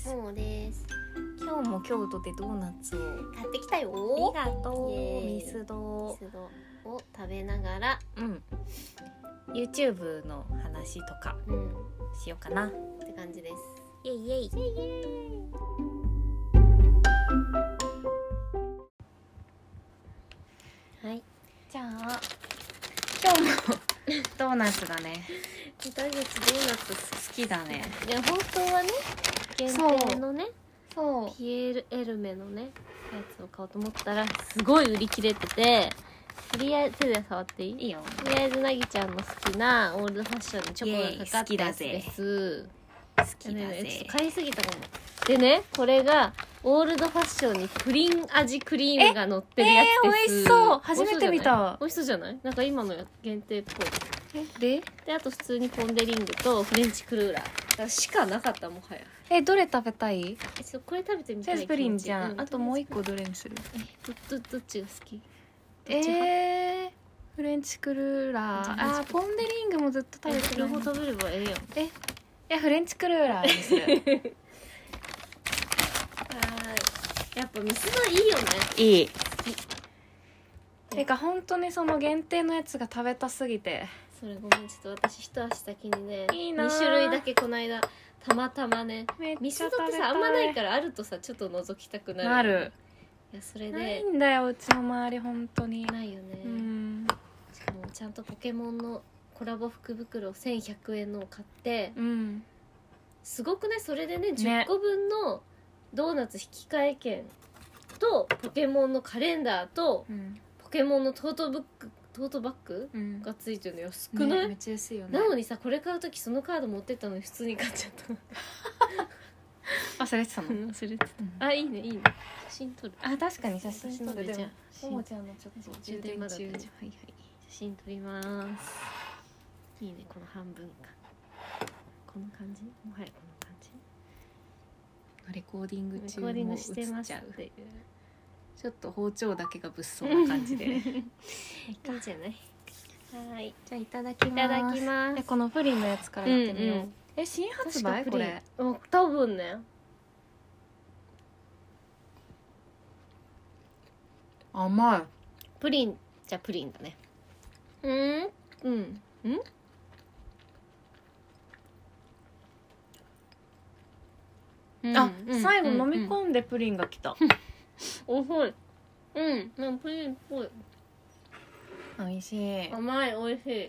。 ももです。 今日も京都でドーナツを買ってきたよ。 ありがとう。ミスドミスドを食べながら、 YouTube の話とかしようかな、 って感じです。 イエイイエイ。 はい。 じゃあ今日もドーナツだね。 私たちドーナツ好きだね。 いや本当はね、限定のね、 そうピエール・エルメのねやつを買おうと思ったらすごい売り切れてて、とりあえず手で触っていい？ いいよ。 とりあえずなぎちゃんの好きなオールドファッションにチョコがかかったやつです。 好きだね、ちょっぜと。買いすぎたかも。でね、これがオールドファッションにプリン味クリームが乗ってるやつです。 美味しそう。初めて見た。 美味しそうじゃない？なんか今の限定っぽい。 であと普通にポン・デ・リングとフレンチクルーラーだからしかなかった。もはやどれ食べたい？ これ食べてみたい。 チーズプリンじゃん、 気持ちあともう一個どれにする？ どっちが好き？ フレンチクルーラー。ポン・デ・リングもずっと食べてる。 両方食べればええやん。 フレンチクルーラーにする。 やっぱミスドいいよね。 いい。てか本当にその限定のやつが食べたすぎて。 それごめん、ちょっと私一足先にね、 いいな。 2種類だけこの間たまたまね、ミスドってさあんまないから、あるとさちょっと覗きたくなる。 なる。 いやそれでないんだよ、うちの周り本当に。 ないよね。しかもちゃんとポケモンのコラボ福袋1100円のを買って、すごくね。それでね10個分のドーナツ引換券とポケモンのカレンダーと、ポケモンのトートバッグ、がついてるのよ。少ない、 めっちゃ安いよね。 なのにさ、これ買うときそのカード持ってったのに普通に買っちゃった忘れてたの？ 忘れてた。いいねいいね。写真撮る。 確かに写真撮る。 じゃあももちゃんのちょっと充電中。 はいはい。写真撮ります。いいねこの半分か。この感じ？もはやこの感じ。 レコーディング中もレコーディングしてます映っちゃうっていう。 ちょっと包丁だけが物騒な感じで。いいいいじゃない。はい。 じゃあいただきます。 いただきます。 このプリンのやつからやってみよう。新発売これ？ 多分ね。 甘い。 プリンじゃプリンだね。 最後飲み込んでプリンが来た。 おいしい。プリンっぽい。 美味しい。 甘い、美味しい。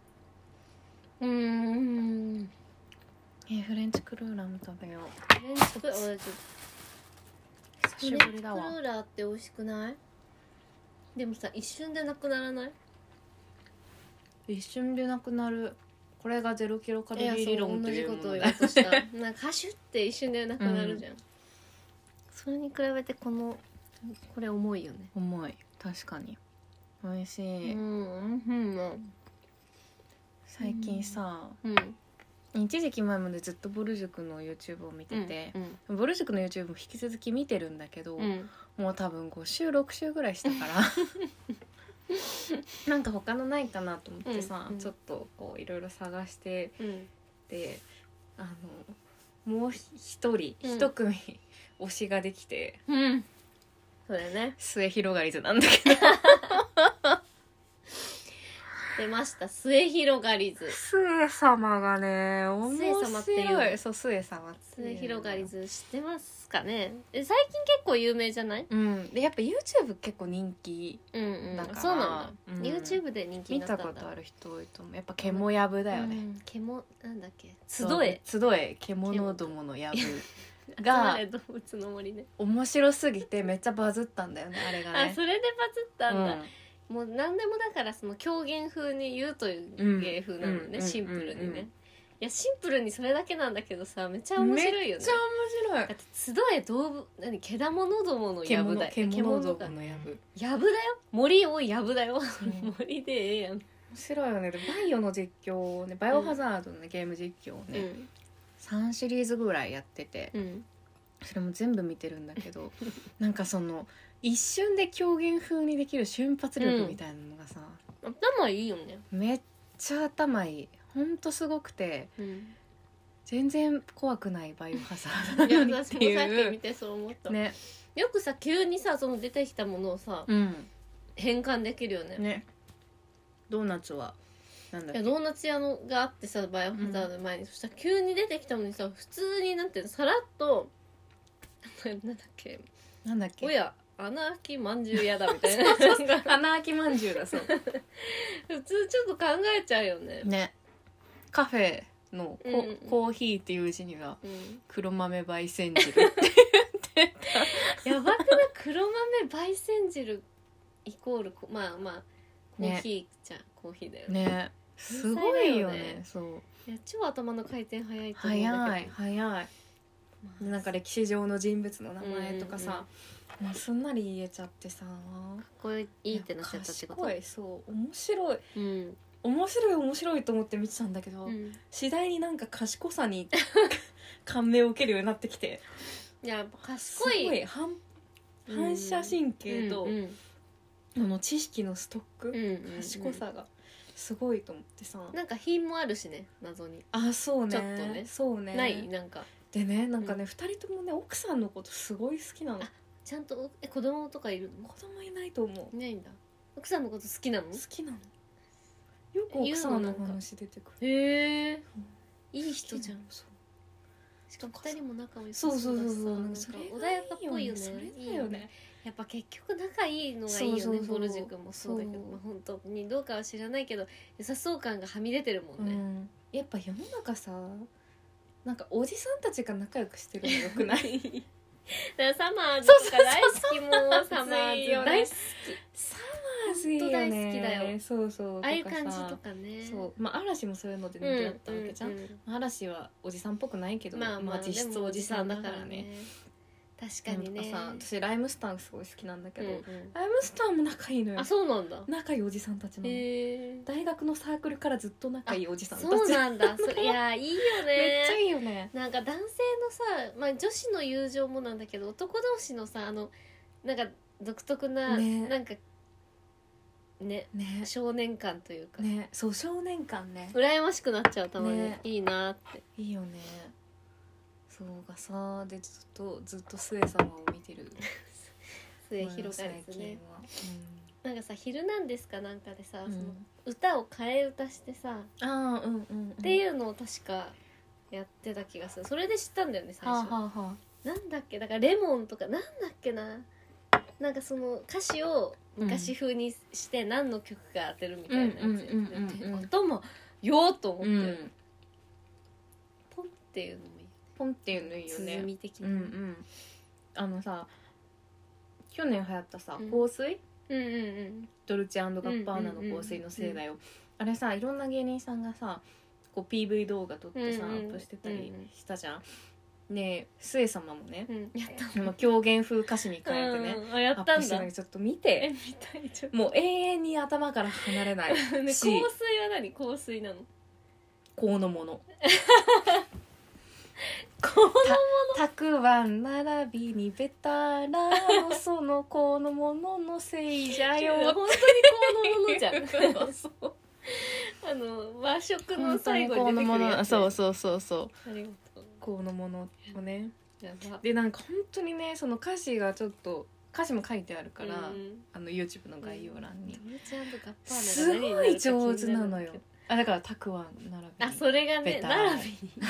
フレンチクルーラーも食べよう。 フレンチクルーラー久しぶりだわ。 フレンチクルーラーって美味しくない？でもさ、一瞬でなくならない？ 一瞬でなくなる。これが0キロカロリー理論というものだ。 同じことを言おうとした。なんかハシュって一瞬でなくなるじゃん。それに比べてこれ重いよね。 重い。確かに美味しい。最近さ、一時期前までずっとボル塾の YouTube を見てて、ボル塾の YouTube も引き続き見てるんだけど、もう多分5週6週ぐらいしたからなんか他のないかなと思ってさ、ちょっとこういろいろ探してで、もう一組推しができて、 そうだよね。 末広がりずなんだけど出ました、末広がりず。 末様がね面白い。 末様っていう。 そう、末様って末広がりず知ってますかね？最近結構有名じゃない？ でやっぱ YouTube 結構人気だから、 そうなんだ、YouTube で人気になったんだ。 見たことある人多いと思う。やっぱ獣やぶだよね。 なんだっけ、 集え獣どものやぶが動物の森ね。 面白すぎてめっちゃバズったんだよね、あれがね。 それでバズったんだ。もう何でもだからその狂言風に言うという芸風なのね、シンプルにね。いやシンプルにそれだけなんだけどさ、めっちゃ面白いよね。 めっちゃ面白い。 だって集えけだものどものやぶだよ。 獣どものやぶ。 やぶだよ。森をやぶだよ。森でええやん。 面白いよね。でバイオの実況をね、バイオハザードの、ゲーム実況をね、3シリーズぐらいやってて、それも全部見てるんだけどなんかその一瞬で狂言風にできる瞬発力みたいなのがさ、 頭いいよね。 めっちゃ頭いい。ほんとすごくて、 全然怖くないバイオハザードなのにっていう。 いや私もさっき見てそう思った、 ね、 よくさ急にさその出てきたものをさ、 うん、 変換できるよね。 ね、ドーナツはなんだっけ、 いやドーナツ屋のがあってさバイオハザードの前に、そしたら急に出てきたのにさ普通になんていうのさらっとなんだっけおや穴あきまんじゅう屋だみたいな穴あきまんじゅうだそう普通ちょっと考えちゃうよね。 ね、カフェのうんコーヒーっていう字にはうん、 黒豆焙煎汁って言ってたやばくない黒豆焙煎汁イコールまあコーヒーじゃコーヒーだよね。 ね、すごいよね。そういや超頭の回転早いと思うんだけど早い、まあ、なんか歴史上の人物の名前とかさ、もうすんなり言えちゃってさ、かっこいいってなっちゃったってこと。 賢い、そう面白い、 うん、 面白いと思って見てたんだけど、 うん、 次第になんか賢さに感銘を受けるようになってきて、 いや賢い、 すごい反射神経と、知識のストック、賢さがすごいと思ってさ、 なんか品もあるしね謎に。 あ、そうね、 ちょっとね、 そうね、 ないなんかでね、なんかね、2人ともね奥さんのことすごい好きなの。 ちゃんと子供とかいるの？ 子供いないと思う。 いないんだ。奥さんのこと好きなの？ 好きなの。よく奥さんの話出てくる。 へえ、いい人じゃん。しかも2人も仲良さそうだしさ、なんか穏やかっぽいよね。それだよね。やっぱ結局仲いいのがいいよね。ボルジ君もそうだけど、まあ本当にどうかは知らないけど優しそう感がはみ出てるもんね。 やっぱ世の中さ、なんかおじさんたちが仲良くしてるのよくない？ だからサマーズとか大好き、もうサマーズ大好き。 サマーズいいよね。 大好きだよ。 そうそう。 ああいう感じとかね。 そう、まあ嵐もそういうので出会ったわけじゃん。嵐はおじさんっぽくないけど、まあ実質おじさんだからね。確かにね。私ライムスターすごい好きなんだけど、ライムスターも仲いいのよ。 あ、そうなんだ。 仲いいおじさんたちの。大学のサークルからずっと仲いいおじさんたち。 そうなんだ。いやいいよね。 めっちゃいいよね。 なんか男性のさ、まあ女子の友情もなんだけど、男同士のさなんか独特な、なんかね少年感というかね、そう少年感ね。 羨ましくなっちゃうたまに。いいなって。いいよね。そうがさでずっとスエ様を見てるスエ広がりですね。なんかさ「ヒルナンデス」かなんかでさ、その歌を替え歌してさっていうのを確かやってた気がする。それで知ったんだよね最初。なんだっけ、だから「レモン」とかなんだっけな、なんかその歌詞を昔風にして何の曲か当てるみたいなやつ頭よーと思って、ポンっていうのもいい。 ポンっていうのいいよね。 鼓的な。さ去年流行ったさ香水、ドルチェ&ガッバーナの香水のせいだよ。あれさいろんな芸人さんがさこう PV 動画撮ってさアップしてたりしたじゃん。ね、スエ様もね、狂言風歌詞に変えてね、 やったんだ。 ちょっと見て。もう永遠に頭から離れないし。 香水は何？香水なの？ 香のもの。たくわん並びにべたらのその香のもののせいじゃよ。 本当に香のものじゃん。 そう和食の最後に出てくるやつ。 そうありがとう。香のものをね。でなんか本当にねその歌詞がちょっと歌詞も書いてあるから、YouTube の概要欄に、すごい上手なのよ。だからたくわん並びそれがね並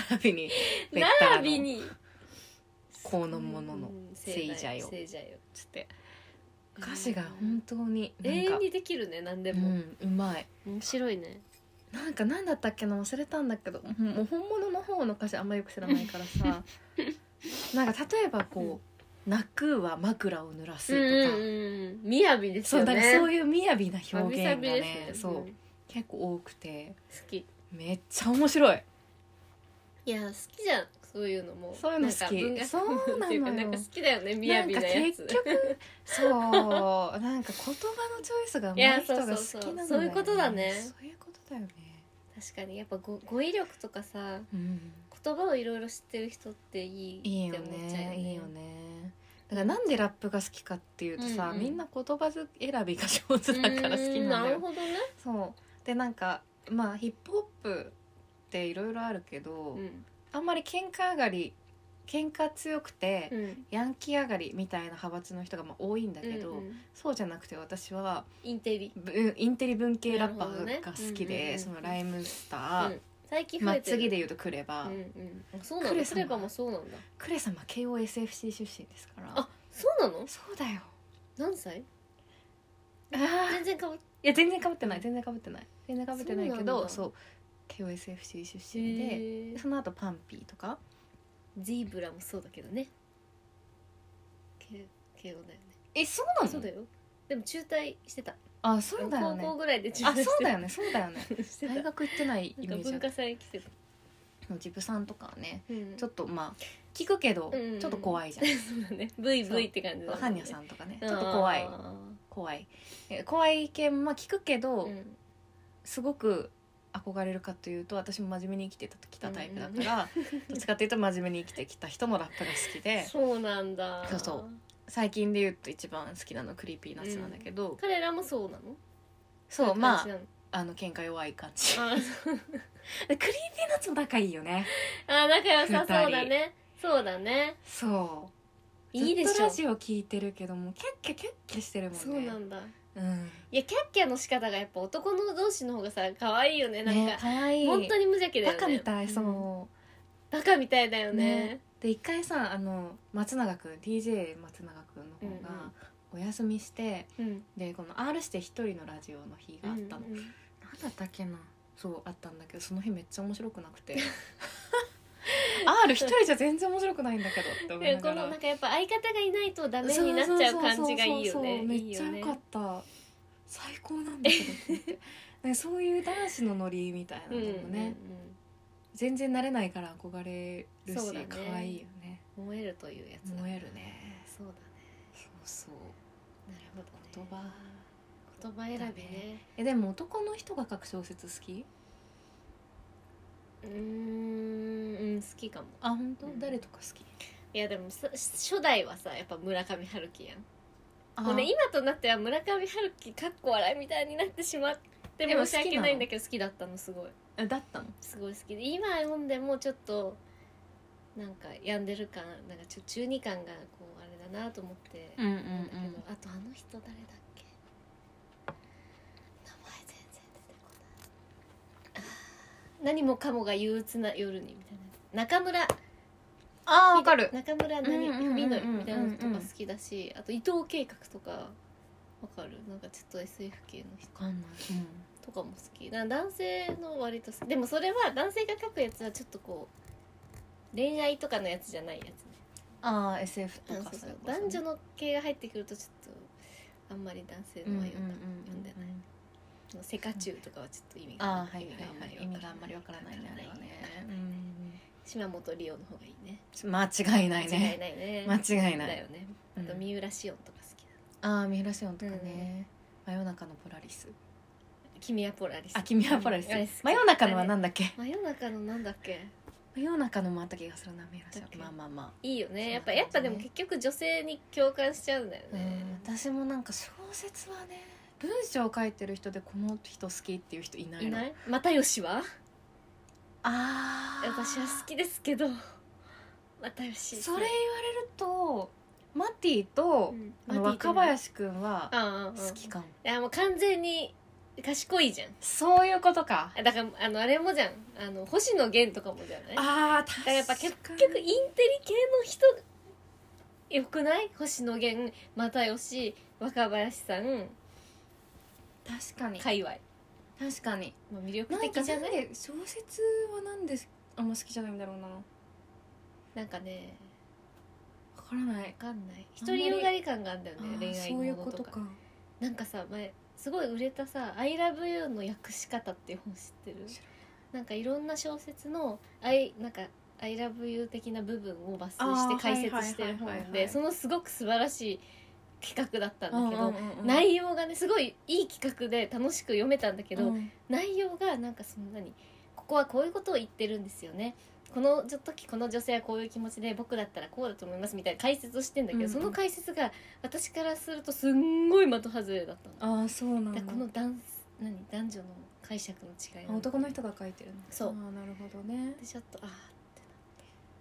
びに香のもののせいじゃよつって歌詞が本当に永遠にできるね。何でもうまい。 面白いね。 なんか何だったっけな忘れたんだけど、もう本物の方の歌詞あんまよく知らないからさなんか例えばこう泣くは枕を濡らすとか雅ですよね。 そういう雅な表現がねそう結構多くて好き。 めっちゃ面白い。 いや好きじゃんそういうのも。 そういうの好き。そうなのよ。 なんか好きだよね雅なやつ。 結局そうなんか言葉のチョイスが上手い人が好きなのよね。 そういうことだね。 そういうことだよね。 確かにやっぱ語彙力とかさ、言葉をいろいろ知ってる人っていいって思っちゃうよね。 いいよね。だからなんでラップが好きかっていうとさ、みんな言葉選びが上手だから好きなんだよ。 なるほどね。 そうでなんかまあヒップホップっていろいろあるけど、 あんまり喧嘩強くて、ヤンキー上がりみたいな派閥の人が多いんだけど、そうじゃなくて私はインテリ文系ラッパーが好きで、そのライムスター、 最近増えてる、 次で言うとクレバ、 そうなんだ。クレバもそうなんだ。 クレ様 KOSFC 出身ですから。 あ、そうなの？ そうだよ。 何歳？ 全然かぶってないけど、そう KOSFC 出身で、その後パンピーとかゼブラもそうだけどね。慶応だよね。そうなの？ そうだよ。でも中退してた。 あ、そうだよね。 高校ぐらいで中退してた。 そうだよね大学行ってないイメージ。 文化祭来てた。 ジブさんとかはね、ちょっと聞くけど、ちょっと怖いじゃん。 そうだね。VV って感じだね。 ハンニャさんとかね、ちょっと怖い意見聞くけど、すごく憧れるかというと、私も真面目に生きてきたタイプだから、どっちかというと真面目に生きてきた人のラップが好きで。 そうなんだ。 そう最近で言うと一番好きなのクリーピーナッツなんだけど、 彼らもそうなの？ そう、喧嘩弱い感じ。クリーピーナッツも仲いいよね。 仲良さそうだね。そうだね。 そういいでしょ。ずっとラジオ聞いてるけどもキャッキャしてるもんね。 そうなんだ。 いやキャッキャの仕方がやっぱ男の同士の方がさ可愛いよね。なんか可愛い。 本当に無邪気だよね。 バカみたい。 バカみたいだよね。 で一回さ松永くん DJ 松永くんの方がお休みして、でこの R して一人のラジオの日があったの、なんだったっけな、そうあったんだけど、その日めっちゃ面白くなくてR 一人じゃ全然面白くないんだけどって思いながら、 このなんかやっぱ相方がいないとダメになっちゃう感じがいいよね。 めっちゃ良かった、最高なんだけどって思ってそういう男子のノリみたいなのもね、全然慣れないから憧れるし、可愛いよね。 燃えるというやつ。 燃えるね。 そうだね。 そうなるほどね。 言葉選びね。 でも男の人が書く小説好き？ 好きかも。 あ、本当？誰とか好き？ いやでも初代はさやっぱ村上春樹やん。もうね今となっては村上春樹かっこ笑いみたいになってしまって申し訳ないんだけど好きだったの。すごいだったの？すごい好きで、今読んでもちょっとなんか病んでる感、なんか中二感がこうあれだなと思って思うんだけど、あとあの人誰だっけ、名前全然出てこない。何もかもが憂鬱な夜にみたいな、中村、 わかる、 中村何みのりみたいなのとか好きだし、あと伊藤計画とかわかる、なんかちょっと SF 系の人わかんない、 とかも好き。男性の割と好き。でもそれは男性が書くやつはちょっとこう恋愛とかのやつじゃないやつね。 SF とかそう男女の系が入ってくるとちょっとあんまり男性のは読んでない。セカチュウとかはちょっと意味があんまりわからないね、あれはね。島本理生の方がいいね。 間違いないね。間違いないだよね。あと三浦紫音とか好きだ。三浦紫音とかね。真夜中のポラリス。 君はポラリス。 君はポラリス。真夜中のはなんだっけ？ 真夜中のなんだっけ？ 真夜中のもあった気がするな、三浦紫音。まあいいよね。やっぱでも結局女性に共感しちゃうんだよね。 私もなんか小説はね、文章を書いてる人でこの人好きっていう人いないの。 いない？又吉は？ 私は好きですけど、又吉。 それ言われるとマティと若林くんは好きかも。 いやもう完全に賢いじゃん。 そういうことか。 だからあれもじゃん、星野源とかもじゃない？ 確かに。やっぱ結局インテリ系の人よくない？星野源、又吉、若林さん、 確かに界隈。 確かに、 魅力的じゃない？ 小説はなんであんま好きじゃないんだろうな。 なんかね、 分からない。 独りよがり感があるんだよね、恋愛ものとか。そういうことか。 なんかさ、前すごい売れたさ「I love you」の訳し方っていう本知ってる？なんかいろんな小説のなんか「I love you」的な部分を抜粋して解説してる本で、そのすごく素晴らしい企画だったんだけど、内容がねすごいいい企画で楽しく読めたんだけど、内容がなんかそんなにここはこういうことを言ってるんですよね、この時この女性はこういう気持ちで僕だったらこうだと思いますみたいな解説をしてんだけど、その解説が私からするとすんごい的外れだったの。 そうなんだ。 この男女の解釈の違い、 男の人が書いてるの。 そう。 なるほどね。 でちょっとって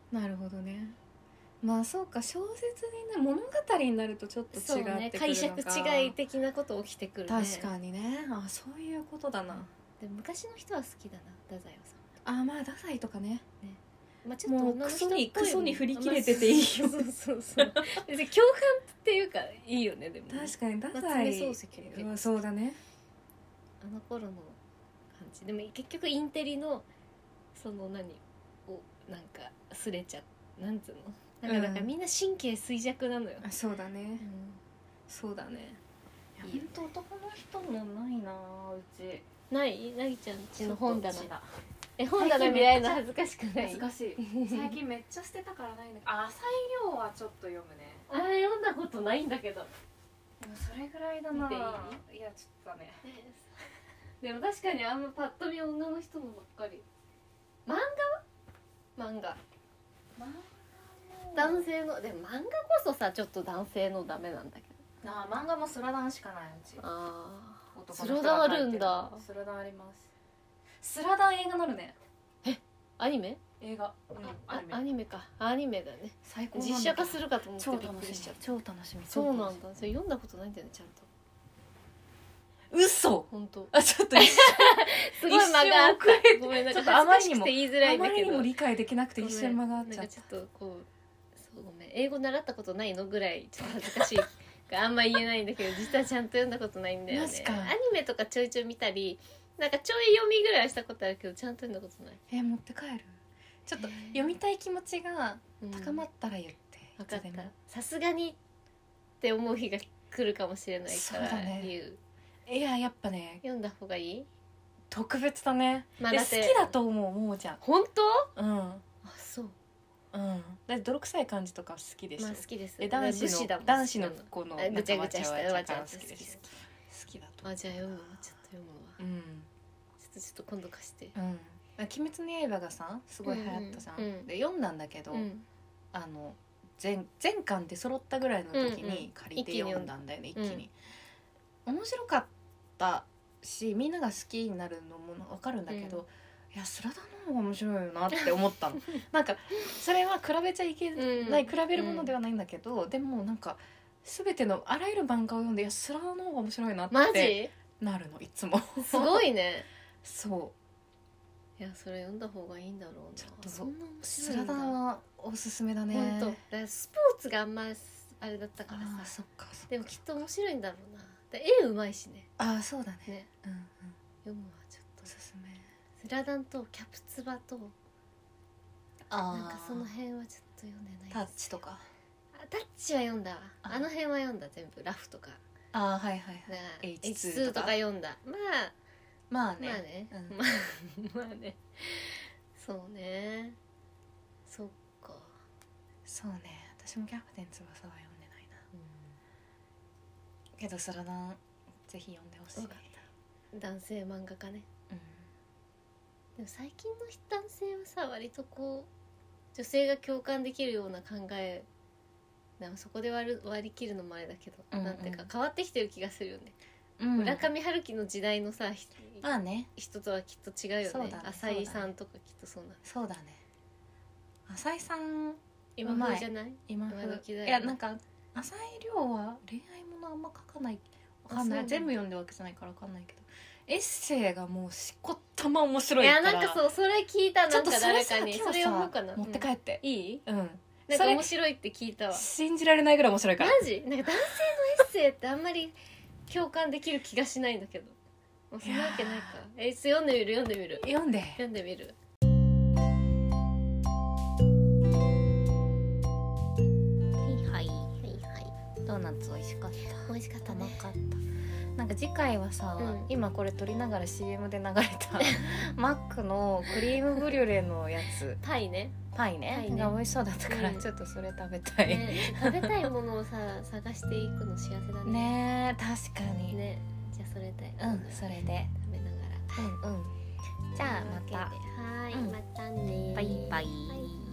なるほどね。まあそうか、小説にね、物語になるとちょっと違ってくるのか、ね、 解釈違い的なこと起きてくるね。 確かにね。あ、そういうことだな。 で昔の人は好きだな、太宰治。 あ、まあ太宰とかね。 まあ、ちょっと女の人っぽいクソに振り切れてていいよ。 そう別に共感っていうかいいよね。でもね、 確かに太宰、 夏目漱石はそうだね。 あの頃の感じでも結局インテリのその何をなんかすれちゃなんつうのなんかみんな神経衰弱なのよ。 あ、そうだね、そうだね。いやほんと男の人もないな、うち。 ないなぎちゃんちの本棚。本棚見られるの恥ずかしくない？ 恥ずかしい。最近めっちゃ捨てたからないんだけど、浅井亮はちょっと読むね。 あれ読んだことないんだけど。 でもそれぐらいだな。いやちょっとダメ。 でも確かにあんまパッと見女の人のばっかり。漫画は？漫画男性のでも漫画こそさちょっと男性のダメなんだけど。ああ、漫画もスラダンしかない、うち。 ああ、スラダンあるんだ。 スラダンあります。スラダン映画なるね。 アニメ？ 映画、 アニメか。アニメだね。 最高。 実写化するかと思ってびっくりしちゃった。 超楽しみ。 そうなんだ。それ読んだことないんだよね、ちゃんと。 嘘。 本当。 あ、ちょっとすごい間があった。ごめん、なんかちょっとあまりにも言いづらいんだけど。あまりにも理解できなくて一瞬間があっちゃった。 なんかちょっとこう、そうごめん。英語習ったことないのぐらいちょっと恥ずかしい。あんま言えないんだけど、実はちゃんと読んだことないんだよね。アニメとかちょいちょい見たり、なんかちょい読みぐらいしたことあるけど、ちゃんと読んだことない。 持って帰る？ちょっと読みたい気持ちが高まったら言って。 分かった。さすがにって思う日が来るかもしれないから言う。 いや、やっぱね、 読んだ方がいい？ 特別だね。好きだと思う、もうちゃん。 本当？ うん。 あ、そう。 うん。だって泥臭い感じとか好きでしょ。 まあ好きです。 男子の子のぐちゃぐちゃしたわちゃん好き好きだと。 あ、じゃあ読むわ。ちょっと読むわ。うん。ちょっと今度貸して。 うん。鬼滅の刃がさ、すごい流行ったじゃん。で読んだんだけど、全巻で揃ったぐらいの時に借りて読んだんだよね、一気に。面白かったし、みんなが好きになるのも分かるんだけど、いやスラダンの方が面白いよなって思ったの。なんかそれは比べちゃいけない、比べるものではないんだけど、でもなんか全てのあらゆる漫画を読んで、いやスラダンの方が面白いなってなるの、いつも。 すごいね。 そう。 いや、それ読んだ方がいいんだろうな。 ちょっとそんな面白いんだ。スラダンはおすすめだね。 本当。だからスポーツがあんまあれだったからさ。 そっか。 でもきっと面白いんだろうな。絵うまいしね。 ああ、そうだね。 読むわ、ちょっと。 おすすめ。 スラダンとキャプツバと、なんかその辺はちょっと読んでないです。 タッチとか。 タッチは読んだわ。あの辺は読んだ、全部。ラフとか。 ああ、はいはいはい。 H2 とか読んだ。まあね。そうね。そっか。 そうね。私もキャプテン翼は読んでないな。けどスラダンぜひ読んでほしい。 男性漫画家ね。でも最近の男性はさ、割とこう女性が共感できるような考え、なんかそこで割り切るのもあれだけど、なんていうか変わってきてる気がするよね。村上春樹の時代のさ、人とはきっと違うよね。浅井さんとかきっとそうなんだ。 そうだね。浅井さん今風じゃない？ 今時だよね。いや、なんか浅井亮は恋愛ものあんま書かない。わかんない。全部読んでるわけじゃないからわかんないけど、エッセイがもうしこったま面白いから。 いや、なんかそう、それ聞いた。なんか誰かにそれ読もうかな。 持って帰って。 いい？なんか面白いって聞いたわ。 信じられないぐらい面白いから。 マジ？なんか男性のエッセイってあんまり共感できる気がしないんだけど。そんなわけないか。読んでみる。読んでみる。 ドーナツ美味しかった。 美味しかったね。 なんか次回はさ、今これ撮りながら CM で流れたマックのクリームブリュレのやつ、 パイねが美味しそうだったから、ちょっとそれ食べたい、 食べたいものをさ探していくの幸せだね。 ねえ、確かにね。じゃあそれでそれで食べながらじゃあまた。 はい、またね。 バイバイ。